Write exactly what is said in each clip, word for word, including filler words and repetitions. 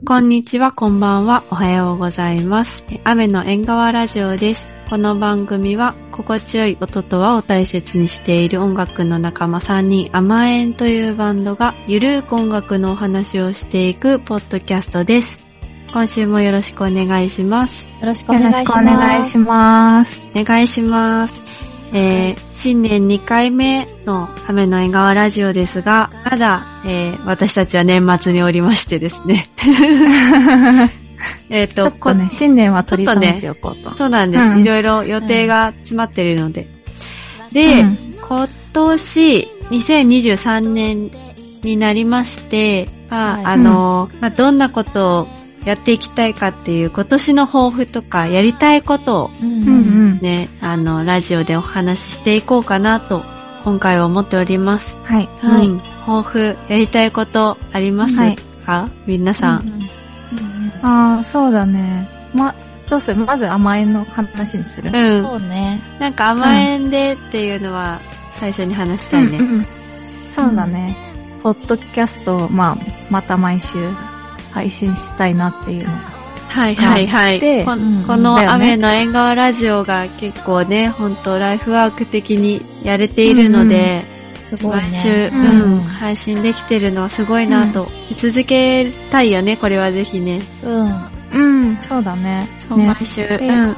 こんにちは、こんばんは、おはようございます。雨の縁側ラジオです。この番組は、心地よい音と和を大切にしている音楽の仲間さんにん、甘えんというバンドが、ゆるーく音楽のお話をしていくポッドキャストです。今週もよろしくお願いします。 よろしくお願いします。よろしくお願いします。 お願いします。えー、新年にかいめの雨の縁側ラジオですが、まだ、えー、私たちは年末におりましてですね。 えっと、ちょっとね、新年は取り留めておこうと。 ね、そうなんです、うん。いろいろ予定が詰まっているので。うん、で、うん、今年、にせんにじゅうさんねんになりまして、まあ、はい、あの、うん、まあ、どんなことをやっていきたいかっていう今年の抱負とかやりたいことをね、うんうん、あの、ラジオでお話ししていこうかなと、今回は思っております。 はい。 はい。うん、抱負、やりたいことありますか、はい、皆さん。うんうんああ、そうだね。ま、どうするまず甘えんの話にするうん。 そうね。 なんか甘えんでっていうのは最初に話したいね。うんうん、 そうだね。ポッドキャストを、まあ、また毎週配信したいなっていうのが。 はいはいはい。で、こ, この雨の縁側ラジオが結構ね、ほんとライフワーク的にやれているので、うんうん、すごいね、毎週、うん、うん、配信できてるのはすごいなと、うん、続けたいよね、これはぜひね。 うん。うん、そうだね。 そう、ね、毎週。うん。 うんうん。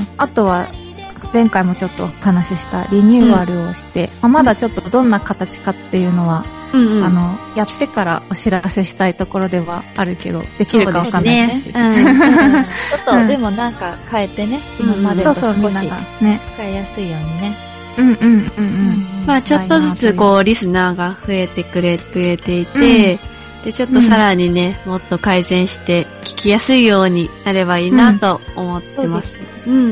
あとは、前回もちょっとお話ししたリニューアルをして、うんまあ、まだちょっとどんな形かっていうのは、うんうん、あの、やってからお知らせしたいところではあるけど、できるかわかんないですし。 そうですね。うんうん、ちょっと、でもなんか変えてね、今までと少し使いやすいようにね。 うんうんうんうん。 まあちょっとずつこうリスナーが増えてくれ、くれていて、うん、でちょっとさらにね、もっと改善して聞きやすいようになればいいなと思ってます。うん。うん、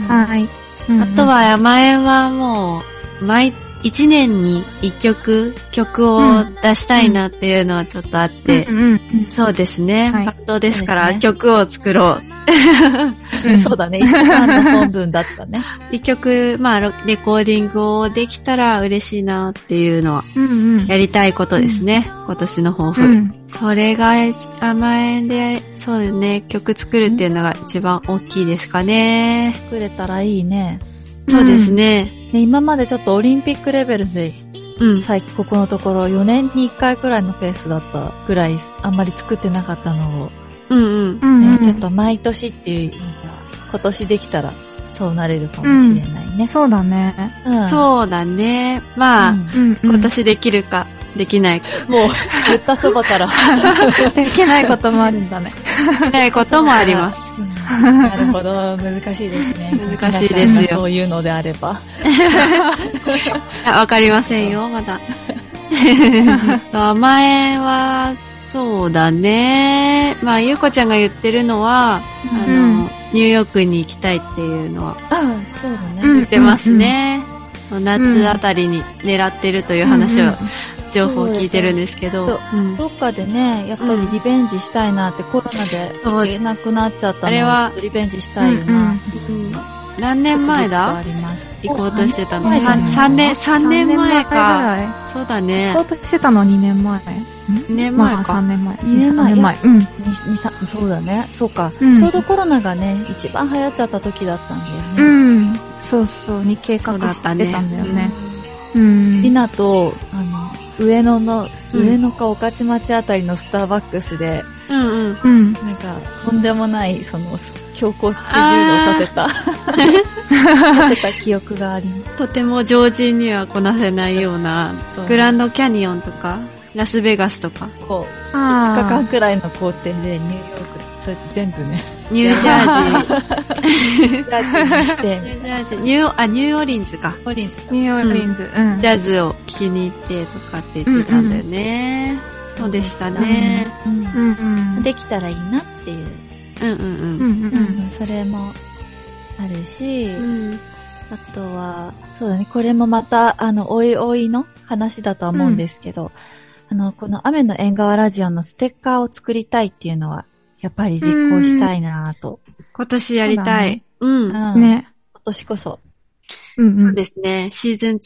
はい。 あとは甘えんはもう、毎、一年に一曲、曲を出したいなっていうのはちょっとあって、うんうんうん、そうですね。バンドですから、ね、曲を作ろう。 うん、そうだね。一番の本文だったね。 一曲、まあ、レコーディングをできたら嬉しいなっていうのは、やりたいことですね。うん、今年の抱負。うん、それが甘えんで、そうですね。曲作るっていうのが一番大きいですかね。 作れたらいいね。 そうですね。 うん、今までちょっとオリンピックレベルで、うん、最近ここのところよねんにいっかいくらいのペースだったぐらい、あんまり作ってなかったのを、 うんうんね、ちょっと毎年っていうのが、今年できたらそうなれるかもしれないね。 うん、そうだね、 うん。そうだね。まあ、うん、今年できるか、できないか。 もう、言ったそばから。 できないこともあるんだね。 できないこともあります。 なるほど、難しいですね。 難しいですよ。 そういうのであれば。 わかりませんよ、まだ。甘えは、そうだね。まあ、ゆうこちゃんが言ってるのは、うん、あの、ニューヨークに行きたいっていうのは、 ああ、そうだね。 言ってますね。うんうん、夏あたりに狙ってるという話を、うんうん、情報を聞いてるんですけど、 うん、どっかでね、やっぱりリベンジしたいなって、うん、コロナで行けなくなっちゃったので、ちょっとリベンジしたいよな。うんうん何年前だ行こうとしてたの ?さん 年、さんねんまえか。そうだね。 行こうとしてたのはにねんまえ。 にねんまえか。 まあ、さんねんまえ。 にねんまえ。 さんねんまえ。うん。 そうだね。そうか、うん。ちょうどコロナがね、一番流行っちゃった時だったんだよね。 うん。そうそう、に計画してたんだよね。うん。 りなと、あの、上野の、うん、上野か御徒町あたりのスターバックスで、 うんうんうん。 なんか、とんでもない、その、強行スケジュールを立てた、立てた記憶があります。 とても常人にはこなせないような、グランドキャニオンとか、ラスベガスとか。 こう、いつかかんくらいの行程でニューヨーク、それ全部ね。 ニュージャージー。 ニュージャージーに行って。 ニュージャージー。ニュー、あ、ニューオーリンズか。 オーリンズ。 ニューオーリンズ。うん。 ジャズを聴きに行ってとかって言ってたんだよね。うんうん、そうでしたね。 うんうんうん、できたらいいなっていう。 うんうんうん。うんうん、それもあるし、うん、あとは、そうだね、これもまた、あの、おいおいの話だとは思うんですけど、うん、あの、この雨の縁側ラジオのステッカーを作りたいっていうのは、やっぱり実行したいなぁと。 今年やりたい。う,、ね、 うん。うん。ね。今年こそ。 うんうん、そうですね。シーズンツ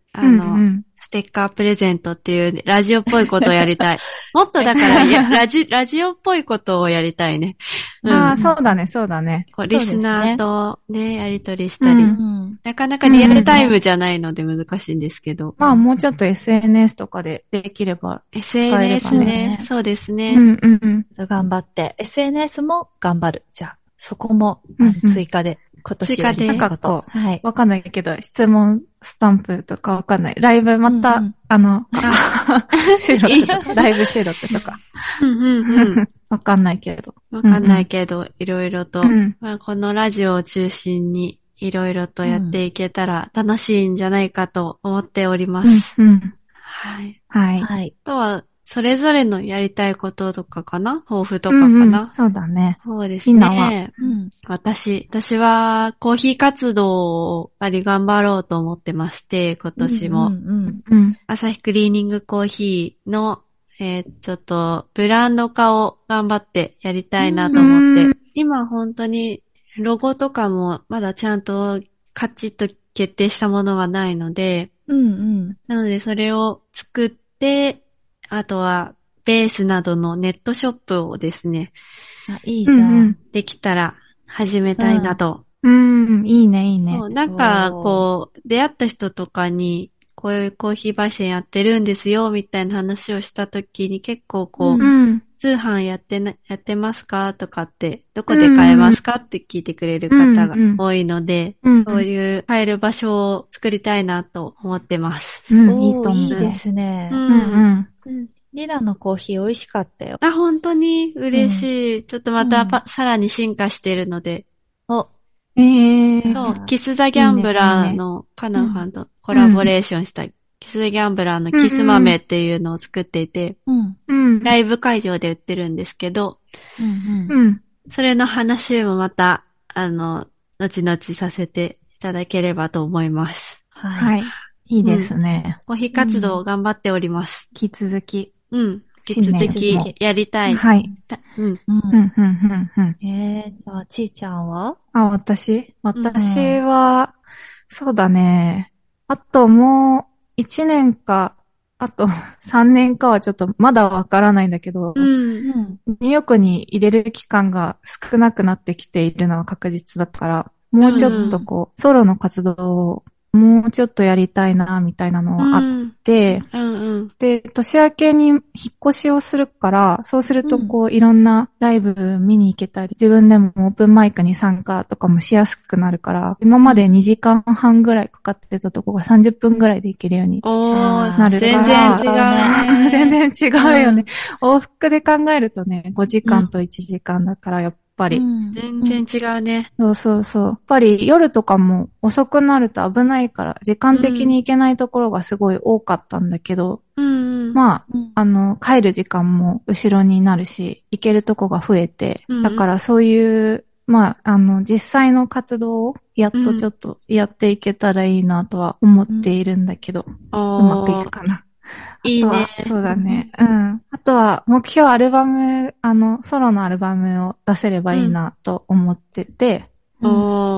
あの、うんうん、ステッカープレゼントっていうラジオっぽいことをやりたい。もっとだからいやラジ、ラジオっぽいことをやりたいね。 うん、ああ、そうだね、そうだね。 こうリスナーとね、やりとりしたり、うん。なかなかリアルタイムじゃないので難しいんですけど。うん、 まあもうちょっと エスエヌエス とかでできれば、 ね。エスエヌエス ね。そうですね。 うんうんうん。 頑張って。エスエヌエス も頑張る。じゃあ、そこも、うんうん、追加で。今年やりたいこと。 はい。わかんないけど、質問スタンプとかわかんない。ライブまた、うんうん、あの、収録とか、ライブ収録とか。 うんうんうん。 わかんないけど。 わかんないけど、いろいろと、うんまあ、このラジオを中心にいろいろとやっていけたら楽しいんじゃないかと思っております。 うん、うん。 はい。 はい。 はい。 あとは、それぞれのやりたいこととかかな抱負とかかな、うんうん、 そうだね。 そうですね。うん、私、私はコーヒー活動をやっぱり頑張ろうと思ってまして、今年も。 うんうんうん、 アサヒクリーニングコーヒーの、えー、ちょっとブランド化を頑張ってやりたいなと思って、うん、今本当にロゴとかもまだちゃんとカチッと決定したものはないので、 うんうん、 なのでそれを作って、あとは、ベースなどのネットショップをですね。 あ、いいじゃん。うんうん、 できたら始めたいなと。 うん、うん、いいね、いいね。 そう、なんか、こう、出会った人とかに、こういうコーヒー焙煎やってるんですよ、みたいな話をしたときに結構こう、うん、通販やってな、やってますかとかって、どこで買えますかって聞いてくれる方が多いので、 うんうん、 そういう買える場所を作りたいなと思ってます。 うん、いいと思う。いいですね。 うんうんうんリナのコーヒー美味しかったよ。 あ、本当に嬉しい。うん、ちょっとまた、うん、さらに進化してるので。 お、 えー、 そう、キス・ザ・ギャンブラーのカナファンとコラボレーションしたキス・ザ・ギャンブラーのキス豆っていうのを作っていて、 うんうん、ライブ会場で売ってるんですけど、 うんうん、 それの話もまた、あの、後々させていただければと思います。 はい。はい、いいですね、 うん。コーヒー活動を頑張っております。 引き続き。 うん。引き続きやりたい。 はい。 うん。うん。 うん。うん。うん。うん。 えー、じゃあ、ちーちゃんはあ、私私は、うん、そうだね。あともう、一年か、あと三年かはちょっとまだわからないんだけど、 うん。 ニューヨークに入れる期間が少なくなってきているのは確実だから、もうちょっとこう、うん、ソロの活動をもうちょっとやりたいな、みたいなのはあって、 うんうんうん、 で、年明けに引っ越しをするから、そうするとこう、うん、いろんなライブ見に行けたり、自分でもオープンマイクに参加とかもしやすくなるから、今までにじかんはんぐらいかかってたとこがさんじゅっぷんぐらいで行けるようになるから。 全然違うね。 全然違うよね、うん。往復で考えるとね、ごじかんといちじかんだからやっぱやっぱり、うん、 全然違うね。 そうそうそう。やっぱり夜とかも遅くなると危ないから、時間的に行けないところがすごい多かったんだけど、 うん、 まあ、うん、あの、帰る時間も後ろになるし、行けるとこが増えて、うん、だからそういう、まあ、あの、実際の活動をやっとちょっとやっていけたらいいなとは思っているんだけど、うん、うまくいくかな。 いいね。 そうだね。うん。あとは、目標アルバム、あの、ソロのアルバムを出せればいいなと思ってて、 うん、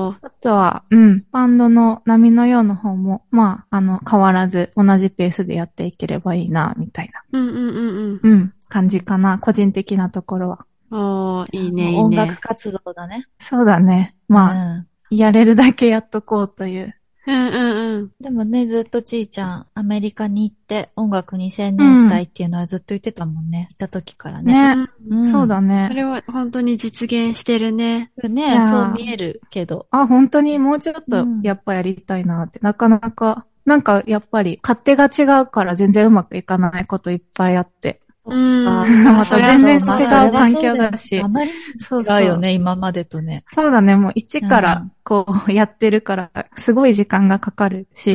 あとは、うん、バンドの波のようの方も、まあ、あの、変わらず同じペースでやっていければいいな、みたいな。 うんうんうんうん。 うん、感じかな、個人的なところは。 おー、いいね、いいね。 音楽活動だね。 そうだね。まあ、うん、やれるだけやっとこうという。 うんうんうん。 でもね、ずっとちーちゃん、アメリカに行って音楽に専念したいっていうのはずっと言ってたもんね。行った時からね。 ね、うん。そうだね。 それは本当に実現してるね。 ね、そう見えるけど。 あ、本当にもうちょっとやっぱやりたいなって。うん、なかなか、なんかやっぱり勝手が違うから全然うまくいかないこといっぱいあって。 うん。 また全然違う環境だし。 あまり違うよね、今までとね。 そうだね、もう一からこうやってるから、すごい時間がかかるし。 うん。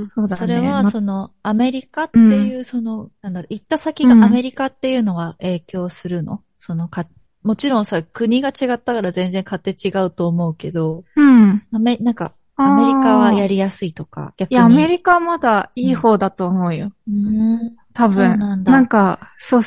そうだね。それはその、アメリカっていう、その、なんだろう、行った先がアメリカっていうのは影響するの？そのか、もちろんさ、国が違ったから全然勝手違うと思うけど、 うん。 アメ、なんか、アメリカはやりやすいとか、逆に。 いや、アメリカはまだいい方だと思うよ。 うん。 多分。 そうなんだ。 なんか、そうそう。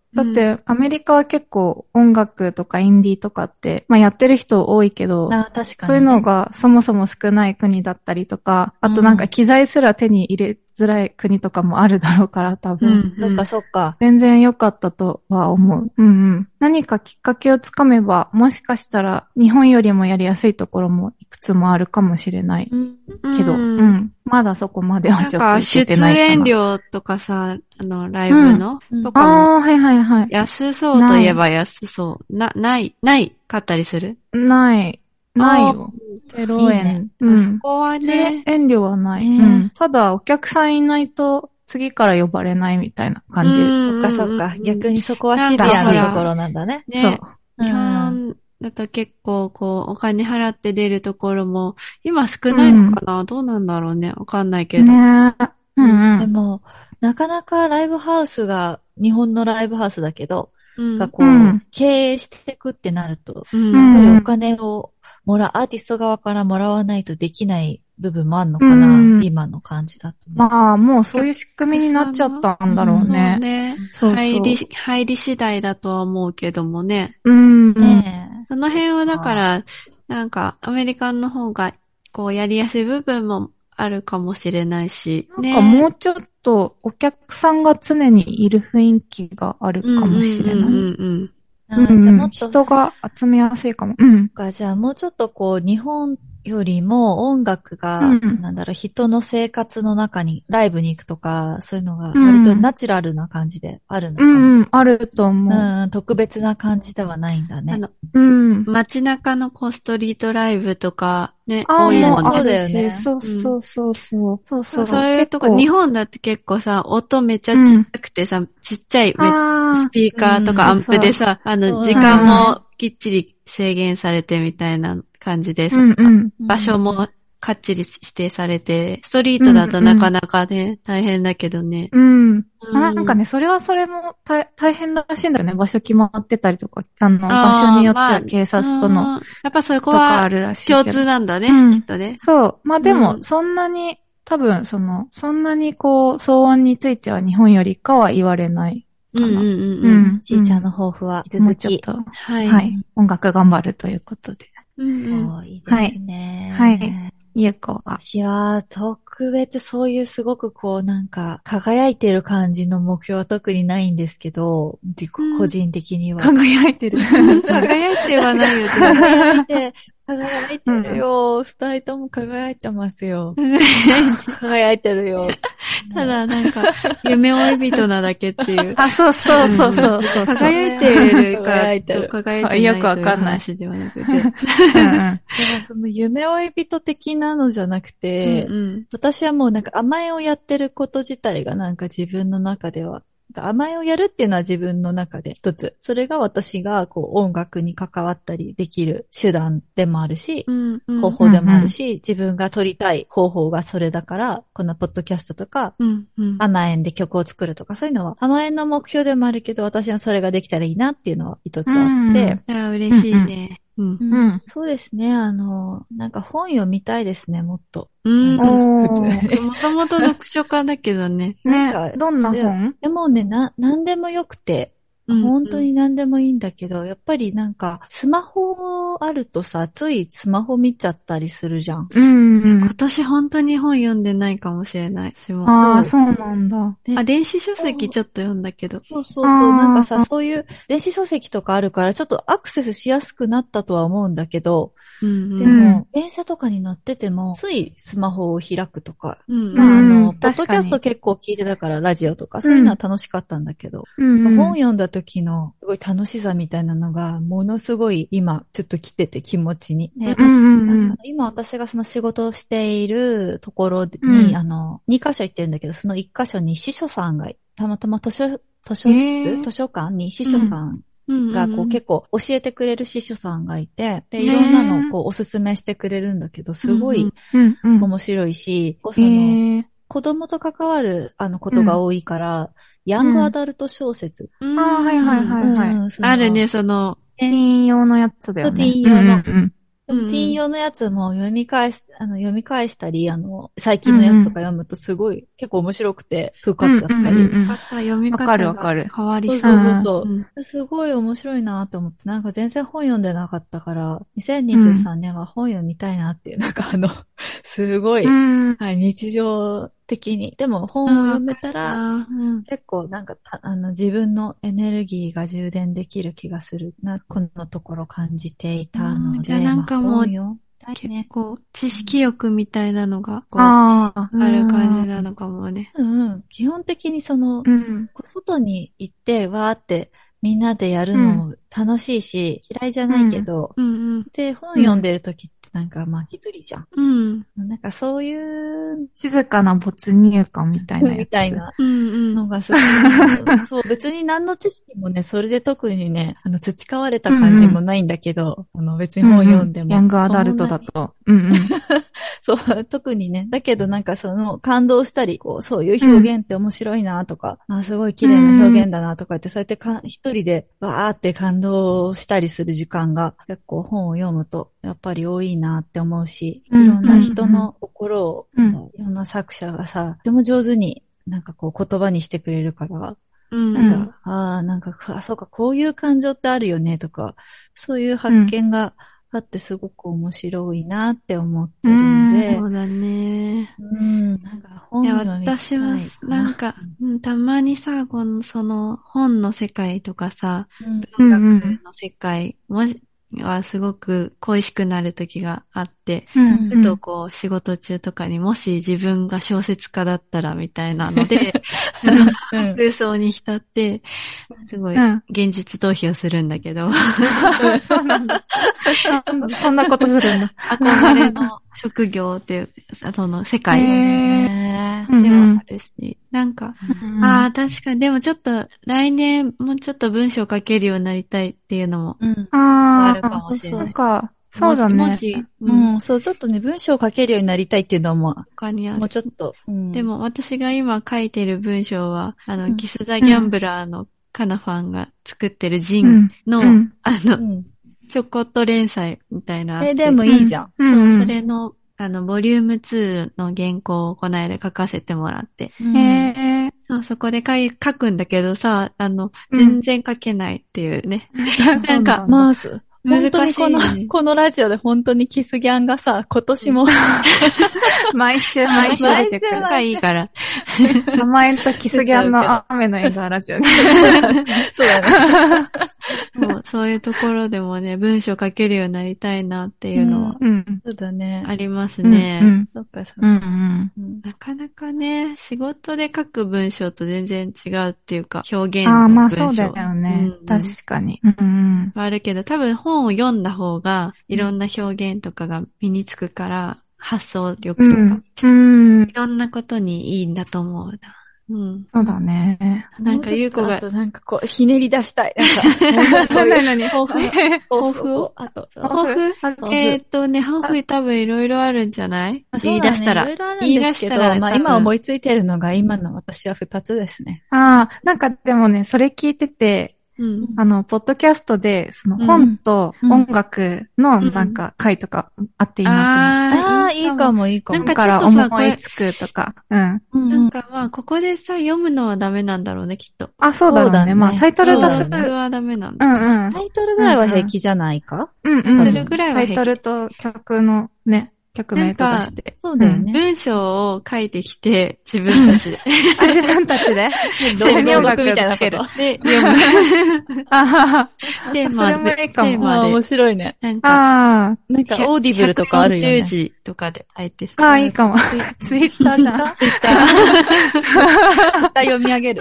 だって、アメリカは結構音楽とかインディーとかって、まあやってる人多いけど、 あ、確かにね、 そういうのがそもそも少ない国だったりとか、あとなんか機材すら手に入れづらい国とかもあるだろうから多分。 うん、そっかそっか。 全然良かったとは思う。うんうん。何かきっかけをつかめば、もしかしたら日本よりもやりやすいところもいくつもあるかもしれない。けど、うん、うん。まだそこまではちょっといけてないかな。 出演料とかさ、あの、ライブの、うん、とかも。 ああ、はいはいはい。 安そうといえば安そう。な、ない、ないかったりする？ ない。ないよ。ゼロえん。いいね、 うん。そこはね。 遠慮はない、うん。ただ、お客さんいないと、次から呼ばれないみたいな感じ。 そっかそっか。逆にそこはシビアなところなんだね。 ね、そう。日本だと結構、こう、お金払って出るところも、今少ないのかな、うん、どうなんだろうね。わかんないけど。 ね、うんうん。 でも、なかなかライブハウスが、日本のライブハウスだけど、うん、がこう、うん、経営していくってなると、うん、やっぱりお金をもらう、アーティスト側からもらわないとできない部分もあるのかな、うん、今の感じだとね。 まあ、もうそういう仕組みになっちゃったんだろうね。 そうね。そうそう入り、入り次第だとは思うけどもね。 うん。ねえ。その辺はだから、なんか、アメリカンの方が、こう、やりやすい部分もあるかもしれないし。 なんかもうちょっと、お客さんが常にいる雰囲気があるかもしれない。うんうんうんうん。じゃあもっと人が集めやすいかも。うん。 じゃあもうちょっとこう、日本よりも音楽が、うん、なんだろう、人の生活の中に、ライブに行くとか、そういうのが割とナチュラルな感じであるのかな。 うん、うん、あると思う。 うん、特別な感じではないんだね。あの、 うん。街中のこう、ストリートライブとか、ね、多いもんね。 そうだよね。そうそうそうそう。そうそう。 そういうとこ、日本だって結構さ、音めっちゃちっちゃくてさ、うん、ちっちゃいスピーカーとかアンプでさ、あの、時間もきっちり制限されてみたいな感じでさ、うんうん、場所もかっちり指定されて、ストリートだとなかなかね、うんうん、大変だけどね。 うん。うん、なんかね、それはそれも大大変らしいんだよね。場所決まってたりとか、あの、あ場所によっては警察との、まあ、 やっぱそこは共通なんだね、うん、きっとね。 そう。まあでも、そんなに、多分、その、そんなにこう、騒音については日本よりかは言われないかな。うんうんうん。 うん。ちいちゃんの抱負は引き続き。 もうちょっと、はい、はい。音楽頑張るということで。 うんうん、いいですね。 はい。はいゆうこは。 私は、特別そういうすごくこうなんか、輝いてる感じの目標は特にないんですけど、個人的には。 輝いてる。 輝いてはないよ。 輝いて、輝いてるよ。二人とも輝いてますよ。輝いてるよ。 ただなんか、夢追い人なだけっていう。 あ、そうそうそうそうそう。 輝いてるか、輝いてる。輝いてないよくわかんない話ではなくて。 でもその夢追い人的なのじゃなくて、うんうん、私はもうなんか甘えをやってること自体がなんか自分の中では、甘えをやるっていうのは自分の中で一つ。それが私がこう音楽に関わったりできる手段でもあるし、うんうん、方法でもあるし、うんうん、自分が取りたい方法がそれだから、このポッドキャストとか、うんうん、甘えんで曲を作るとかそういうのは甘えんの目標でもあるけど、私はそれができたらいいなっていうのは一つあって。うん、 あ嬉しいね。 うんうんうん、そうですね。あの、なんか本読みたいですね、もっと。 うん。もともと読書家だけどね。 ね。なんかどんな本？ でもね、な、なんでもよくて。本当に何でもいいんだけど、うんうん、やっぱりなんか、スマホあるとさ、ついスマホ見ちゃったりするじゃん。 うん、うん。今年本当に本読んでないかもしれない。私も。 ああ、そうなんだ。 あ、電子書籍ちょっと読んだけど。 そうそうそう。なんかさ、そういう電子書籍とかあるから、ちょっとアクセスしやすくなったとは思うんだけど、うんうん、でも、電車とかに乗ってても、ついスマホを開くとか、うん、まあ、あの、ポッドキャスト結構聞いてたから、ラジオとか、そういうのは楽しかったんだけど、うんうん、本読んだ時のすごい楽しさみたいなのが、ものすごい今、ちょっと来てて気持ちに。ね、うんうんうん、今私がその仕事をしているところに、うん、あの、にカ所行ってるんだけど、そのいっカ所に司書さんが、たまたま図書、図書室、図書館に司書さん、がこう結構教えてくれる司書さんがいて、で、いろんなのをこうおすすめしてくれるんだけど、すごい面白いし、その子供と関わるあのことが多いから、ヤングアダルト小説。 ああ、はいはいはいはい。 あるね、その、 ティーン用のやつだよね。 ティーン用の。 ティーン用のやつも読み返す、あの、読み返したり、あの、最近のやつとか読むとすごい、うん、結構面白くて、深かったり。うんうんうん、読み方が変わりそう。 そうそうそう、うん。すごい面白いなと思って、なんか全然本読んでなかったから、にせんにじゅうさんねんは本読みたいなっていう、なんかあの、すごい、うん、はい、日常的に。でも本を読めたら、うん、結構なんか、あの、自分のエネルギーが充電できる気がするな、このところ感じていたので、 うん、なんかもう、まあ、結構、知識欲みたいなのが、こう、あ, ある感じなのかもね。 うん、うん。基本的にその、うん、外に行って、わーって、みんなでやるの楽しいし、うん、嫌いじゃないけど、うんうんうん、で、本読んでる時ってなんかまあ一人じゃん。うん。なんかそういう、 静かな没入感みたいなやつ。 みたいなのがすごい。そう、別に何の知識もね、それで特にね、あの、培われた感じもないんだけど、うんうん、あの、別に本読んでも。うんうん、 ヤングアダルトだと。うんうん、 そう、特にね。だけどなんかその、感動したり、こう、そういう表現って面白いなとか、うん、あ、すごい綺麗な表現だなとかって、そうやってか一人でわーって感動したりする時間が結構本を読むとやっぱり多いなって思うし、いろんな人の心を、うん、いろんな作者がさ、とても上手になんかこう言葉にしてくれるから、うん、なんか、ああ、なんか、あ、そうか、こういう感情ってあるよねとか、そういう発見があってすごく面白いなって思ってるので。 うん、そうだね。 うん、なんか本読みたいかな。 私は、なんか、うん、たまにさ、この、その、本の世界とかさ、うん、文学の世界、もし、はすごく恋しくなる時があって、うんうん、ふとこう仕事中とかにもし自分が小説家だったらみたいなので、うん、空想に浸って、すごい現実逃避をするんだけど。うん、 そうなんだ。そんなことするんだ。 憧れの職業っていう、その世界でもあるし、うんうん、なんか、うん、ああ、確かに、でもちょっと来年もうちょっと文章書けるようになりたいっていうのも、うん、あるかもしれない。 そうか。そうだね。もし、 うん、うん、そう、ちょっとね、文章を書けるようになりたいっていうのも、他にある。もうちょっと、 うん。でも私が今書いてる文章は、あの、うん、キス・ザ・ギャンブラーのカナファンが作ってるジンの、うん、あの、うん、ちょこっと連載みたいな。 え、でもいいじゃん。 うん、そう、それの、あの、ボリュームツーの原稿をこの間書かせてもらって。うん、へー。そう、そこで書い、書くんだけどさ、あの、全然書けないっていうね。うん、なんか、 まあ、本当にこの、ね、このラジオで本当にキスギャンがさ、今年も毎週毎週出てくる。 仲いいから。 名前とキスギャンの雨の映画ラジオね。 そうだね。 もうそういうところでもね、文章書けるようになりたいなっていうのは、 うん、そうだね。 ありますね。 うんうん、そっかそっか、 うんうん。なかなかね、仕事で書く文章と全然違うっていうか、表現の文章。 ああ、まあそうだよね。うん、確かに。うんうん、 あるけど、多分本を読んだ方が、いろんな表現とかが身につくから、発想力とか、うん、いろんなことにいいんだと思うな。うん。 そうだね。 なんか、ゆうこが、あとなんかこう、ひねり出したい。なんか、 そういうのに、 抱負抱負をあと、 抱負えーっとね、抱負多分いろいろあるんじゃない言い出したら。 いろいろあるんですけど、まあ今思いついてるのが今の私は二つですね。 ああ、なんかでもね、それ聞いてて、うん、あの、ポッドキャストで、その本と音楽のなんか回とかあっていいなと思って。 ああ、いいかもいいかも。 なんかから思いつくとか。うん。 なんかまあ、ここでさ、読むのはダメなんだろうね、きっと。 あ、そうだろうね。まあ、タイトル出す。 タイトルはダメなんだ。 うんうん。 タイトルぐらいは平気じゃないかうんうん。タイトルぐらいは平気。タイトルと曲のね。曲名とかして。 そうだよね。 文章を書いてきて、自分たちで。 あ、自分たちでセミ音楽みたいなこと。 で、読む。あはは。テーマで。それもいいかも。 あ、面白いね。 なんか、 なんかオーディブルとかあるよね。 ひゃくよんじゅうじとかで書いてさ。 あ、いいかも。ツイッターじゃん。 ツイッター。読み上げる。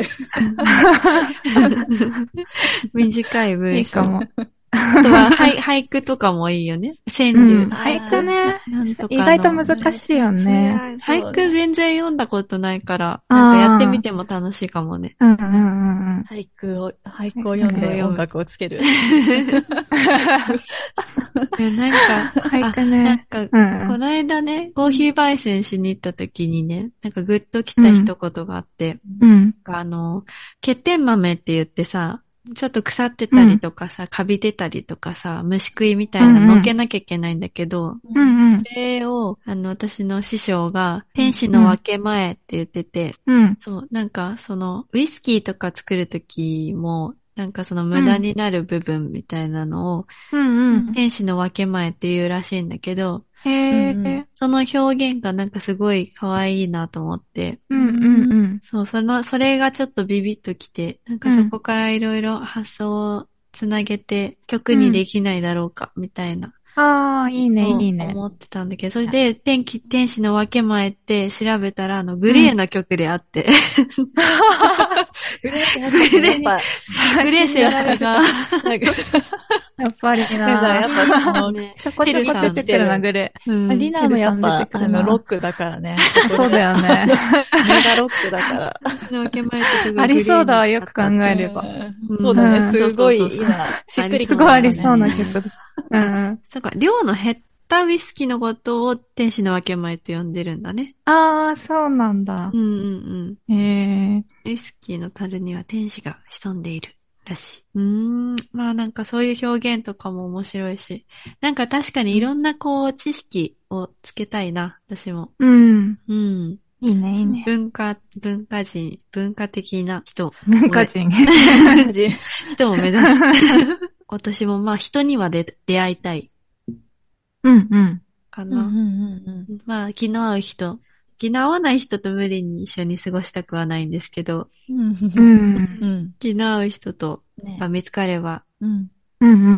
短い文章。 いいかも。 あとは俳、俳句とかもいいよね。川柳。うん、 俳句ね。なんとか意外と難しいよね。 俳句全然読んだことないから、なんかやってみても楽しいかもね。 うんうんうんうん。 俳句を、俳句を読んで音楽をつける。 なんか、 俳句ね。 なんか、うん、この間ね、コーヒー焙煎しに行った時にね、なんかグッと来た一言があって、うん、なんかあの、欠点豆って言ってさ、 ちょっと腐ってたりとかさ、うん、カビてたりとかさ、虫食いみたいなののけなきゃいけないんだけど、 うんうん、 それを、あの、私の師匠が、天使の分け前って言ってて、 うん、 そう、なんか、その、ウイスキーとか作るときも、なんかその無駄になる部分みたいなのを、 うんうん、 天使の分け前って言うらしいんだけど、 へー、 その表現がなんかすごい可愛いなと思って、 うんうんうん、 そう、その、それがちょっとビビッときて、なんかそこからいろいろ発想をつなげて曲にできないだろうか、みたいな。 ああ、いいね、いいね。 思ってたんだけど、それで、天気、天使の分け前って調べたら、あの、グレーの曲であって。グレーやっぱ、グレー先生が、 やっぱりなやっぱその、 ね、ちょこちょこ出てるな、グレー。うん、リナもやっぱ、あの、ロックだからね。 そうだよね。 メガロックだから。 分け前って曲ありそうだわ、よく考えれば。 そうだね、すごい、今、しっくりすごいありそうな曲だ。うん。 そうか、量の減ったウイスキーのことを天使の分け前って呼んでるんだね。 ああ、そうなんだ。 うんうんうん。へえ。ウイスキーの樽には天使が潜んでいるらしい。うーん。まあなんかそういう表現とかも面白いし。なんか確かにいろんなこう知識をつけたいな、私も。 うん。 うん。 いいね、いいね。 文化、文化人、文化的な人。 文化人。 文化人。 人を目指す。今年もまあ人にはで出会いたい。 うんうん。 かな。うんうんうんうん、まあ気の合う人。気の合わない人と無理に一緒に過ごしたくはないんですけど。 うん、 気の合う人とが見つかれば。 ね、うん。 うんうんうんうん。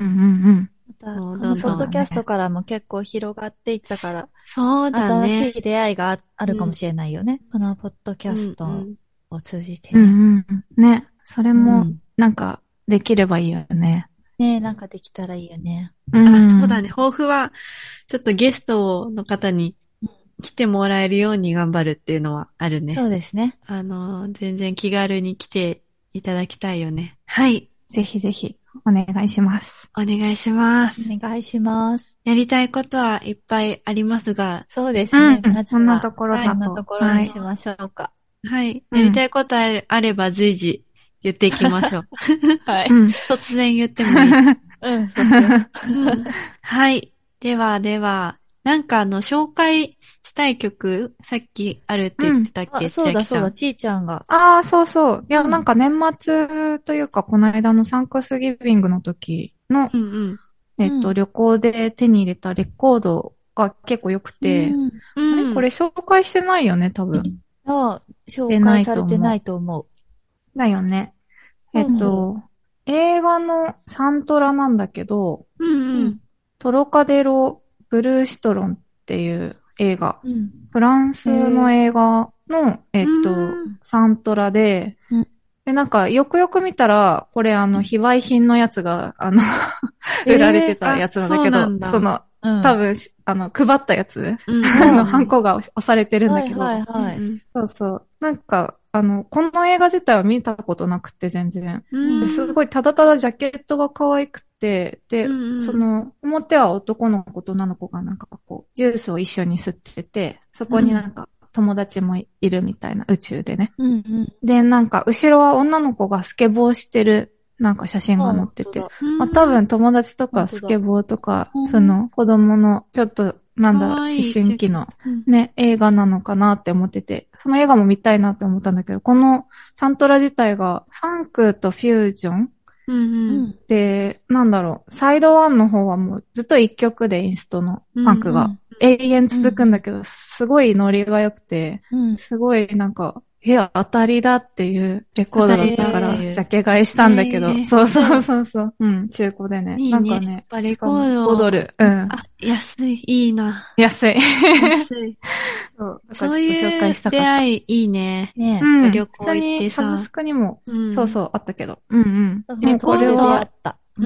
また、このポッドキャストからも結構広がっていったから。 そうだね。 新しい出会いが あ, あるかもしれないよね。うん、このポッドキャストを通じて、 ね。うんうん。ね。それも、なんか、できればいいよね。 ねえ、なんかできたらいいよね。 うん、あ、そうだね。抱負は、ちょっとゲストの方に来てもらえるように頑張るっていうのはあるね。 そうですね。 あの、全然気軽に来ていただきたいよね。はい。 ぜひぜひ、お願いします。 お願いします。 お願いします。 やりたいことはいっぱいありますが。 そうですね。 うん、まずは。そんなところだと。 そんなところにしましょうか。 はい。やりたいことあれば随時言っていきましょう。 はい、 うん。突然言ってもいい。 うん、そうそう。 はい。では、では、なんかあの、紹介したい曲、さっきあるって言ってたっけ、うん、 あ、そうだそうだ、ちーちゃんが。 ああ、そうそう。いや、うん、なんか年末というか、この間のサンクスギビングの時の、 うんうん、 えっと、旅行で手に入れたレコードが結構良くて、うんうん、あれこれ紹介してないよね、多分。 ああ、紹介されてないと思う。 だよね。えっと、うん、映画のサントラなんだけど、 うんうん、 トロカデロ・ブルーシトロンっていう映画、うん、フランスの映画の、えっと、サントラで、うん、で、なんか、よくよく見たら、これあの、非売品のやつが、あの、売られてたやつなんだけど、えー、そ, だその、うん、多分、あの、配ったやつ、うん、あの、ハンコが押されてるんだけど、 はいはいはい、 そうそう。なんか、あの、この映画自体は見たことなくて全然。すごいただただジャケットが可愛くて、で、うん、その、表は男の子と女の子がなんかこう、ジュースを一緒に吸ってて、そこになんか友達もいるみたいな、宇宙でね。 うんうん、 で、なんか後ろは女の子がスケボーしてるなんか写真が載ってて、まあ、多分友達とかスケボーとか、その子供のちょっとなんだ、思春期のね、映画なのかなって思ってて、その映画も見たいなって思ったんだけど、このサントラ自体がファンクとフュージョン、 うんうん、 で、なんだろう、サイドワンの方はもうずっと一曲でインストのファンクが永遠続くんだけど、うんうん、すごいノリが良くて、 うん、 すごいなんか、いや、当たりだっていうレコードだったから、ジャケ買いしたんだけど、そうそうそうそう、うん、中古でね。 いいね。 なんかね、 やっぱレコード。 ごドル。うん。 あ、安い、いいな。 安い。 安い。 そう。だからちょっと紹介したかった。 そういう出会い、いいね。 ね、 うん。 旅行行ってさ。 サブスクにも、 うん、 そうそう、あったけど。うんうん。 レコードであった。 うん。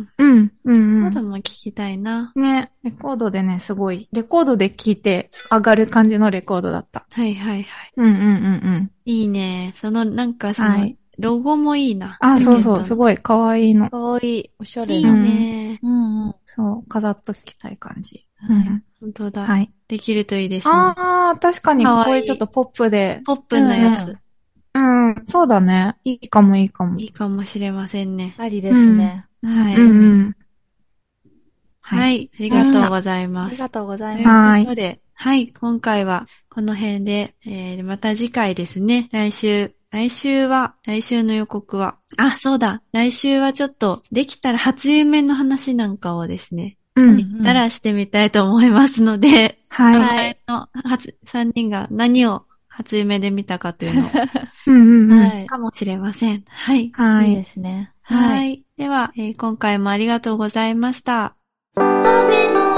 うん。うん。 まだも聞きたいな。 ね。レコードでね、すごい、レコードで聴いて上がる感じのレコードだった。 はいはいはい。 うんうんうんうん。 いいね。その、なんかその、はい、ロゴもいいな。 あ、そうそう、すごい可愛いの。 可愛い。おしゃれな。いいね。 うんうん。 そう、飾っときたい感じ。 はい。 本当だ。 はい。 できるといいですね。 ああ、確かに、こういうちょっとポップで。 ポップなやつ。 うん、そうだね。いいかもいいかも。 いいかもしれませんね。 ありですね。 うん、はい、 うんうん。 はい。ありがとうございます。 ありがとうございます。 ということで、はい、今回はこの辺で、えー、また次回ですね。来週、来週は、来週の予告は、あ、そうだ。来週はちょっと、できたら初夢の話なんかをですね、 うん。 できたらしてみたいと思いますので、 はい。 前の初、さんにんが何を初夢で見たかというのを、 うんうんうん。 はい、かもしれません。はい。 はい。 いいですね。 はい。はい、では、えー、今回もありがとうございました。雨の